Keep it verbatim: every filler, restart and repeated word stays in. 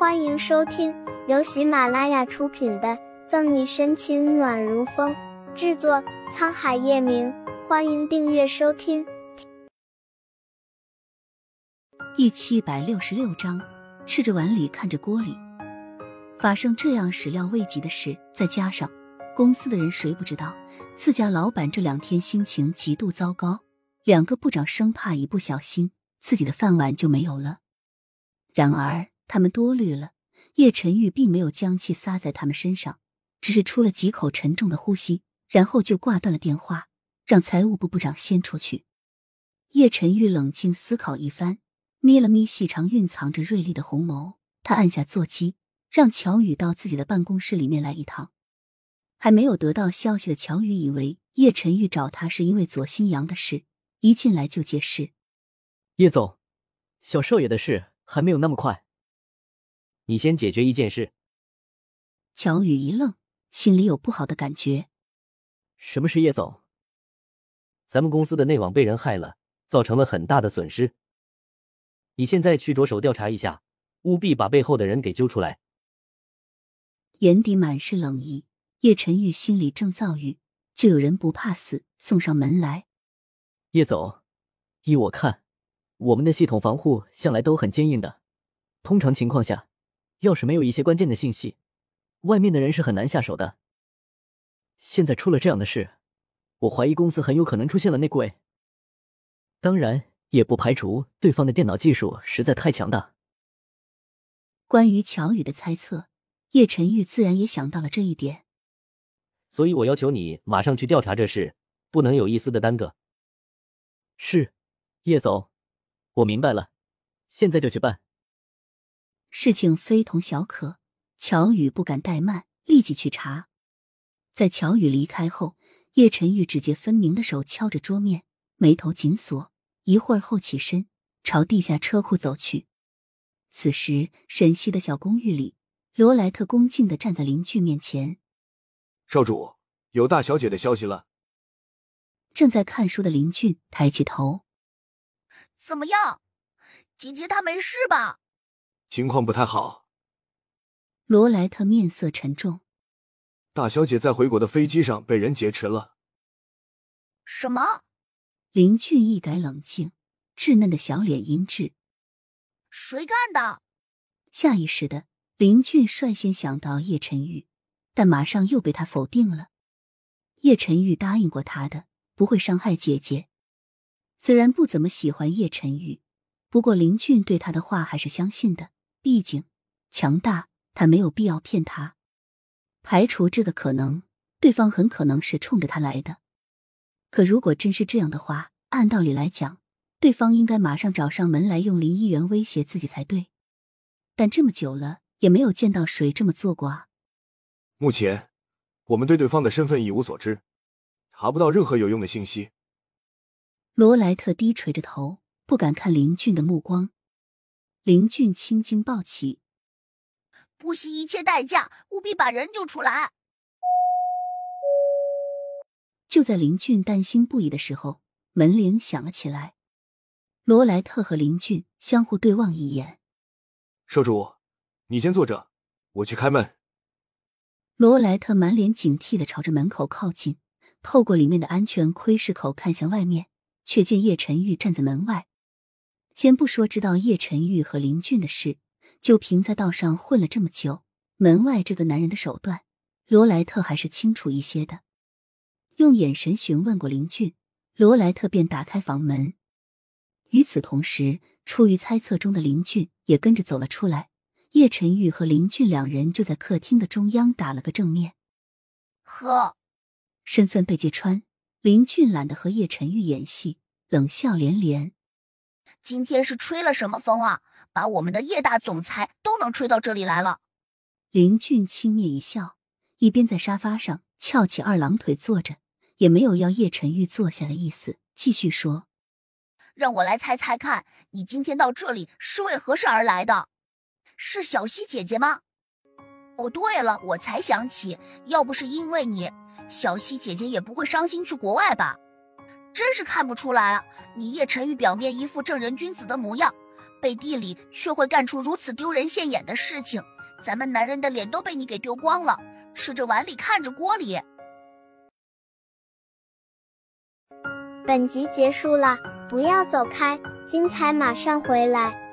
欢迎收听由喜马拉雅出品的《赠你深情暖如风》，制作沧海夜明。欢迎订阅收听。 第七百六十六章，吃着碗里看着锅里。发生这样始料未及的事，再加上公司的人谁不知道自家老板这两天心情极度糟糕，两个部长生怕一不小心自己的饭碗就没有了。然而他们多虑了，叶晨玉并没有将气撒在他们身上，只是出了几口沉重的呼吸，然后就挂断了电话，让财务部部长先出去。叶晨玉冷静思考一番，眯了眯细长蕴藏着锐利的红眸，他按下座机，让乔宇到自己的办公室里面来一趟。还没有得到消息的乔宇以为叶晨玉找他是因为左新阳的事，一进来就解释： 叶总，小少爷的事还没有那么快，你先解决一件事。 乔宇一愣，心里有不好的感觉。 什么事，叶总？咱们公司的内网被人害了，造成了很大的损失。你现在去着手调查一下，务必把背后的人给揪出来。 眼底满是冷意，叶晨玉心里正躁郁，就有人不怕死送上门来。 叶总，依我看，我们的系统防护向来都很坚硬的，通常情况下，要是没有一些关键的信息，外面的人是很难下手的。现在出了这样的事，我怀疑公司很有可能出现了内鬼。当然，也不排除对方的电脑技术实在太强大。 关于乔宇的猜测，叶晨玉自然也想到了这一点。 所以我要求你马上去调查这事，不能有一丝的耽搁。是，叶总，我明白了，现在就去办。 事情非同小可，乔宇不敢怠慢，立即去查。在乔宇离开后，叶晨玉指节分明的手敲着桌面，眉头紧锁，一会儿后起身，朝地下车库走去。此时，沈西的小公寓里，罗莱特恭敬地站在邻居面前。 少主，有大小姐的消息了。 正在看书的林俊抬起头。 怎么样？姐姐她没事吧？ 情况不太好。 罗莱特面色沉重。 大小姐在回国的飞机上被人劫持了。 什么？ 林俊一改冷静，稚嫩的小脸阴鸷。 谁干的？ 下意识的，林俊率先想到叶晨玉，但马上又被他否定了。叶晨玉答应过他的，不会伤害姐姐。虽然不怎么喜欢叶晨玉，不过林俊对他的话还是相信的，毕竟强大，他没有必要骗他。排除这个可能，对方很可能是冲着他来的。可如果真是这样的话，按道理来讲，对方应该马上找上门来用林一元威胁自己才对。但这么久了，也没有见到谁这么做过啊。 目前，我们对对方的身份一无所知，查不到任何有用的信息。 罗莱特低垂着头，不敢看林俊的目光。林俊青筋暴起， 不惜一切代价，务必把人救出来。 就在林俊担心不已的时候，门铃响了起来。罗莱特和林俊相互对望一眼。 少主，你先坐着，我去开门。 罗莱特满脸警惕地朝着门口靠近，透过里面的安全窥视口看向外面，却见叶晨玉站在门外。先不说知道叶晨玉和林俊的事，就凭在道上混了这么久，门外这个男人的手段，罗莱特还是清楚一些的。用眼神询问过林俊，罗莱特便打开房门。与此同时，出于猜测中的林俊也跟着走了出来。叶晨玉和林俊两人就在客厅的中央打了个正面。 呵， 身份被揭穿，林俊懒得和叶晨玉演戏，冷笑连连。 今天是吹了什么风啊？把我们的叶大总裁都能吹到这里来了。 林俊轻蔑一笑，一边在沙发上翘起二郎腿坐着，也没有要叶晨玉坐下的意思，继续说： 让我来猜猜看，你今天到这里是为何事而来的？是小希姐姐吗？哦，对了，我才想起，要不是因为你，小希姐姐也不会伤心去国外吧？真是看不出来啊，你叶晨玉表面一副正人君子的模样， 背地里却会干出如此丢人现眼的事情，咱们男人的脸都被你给丢光了，吃着碗里看着锅里。 本集结束了，不要走开，精彩马上回来。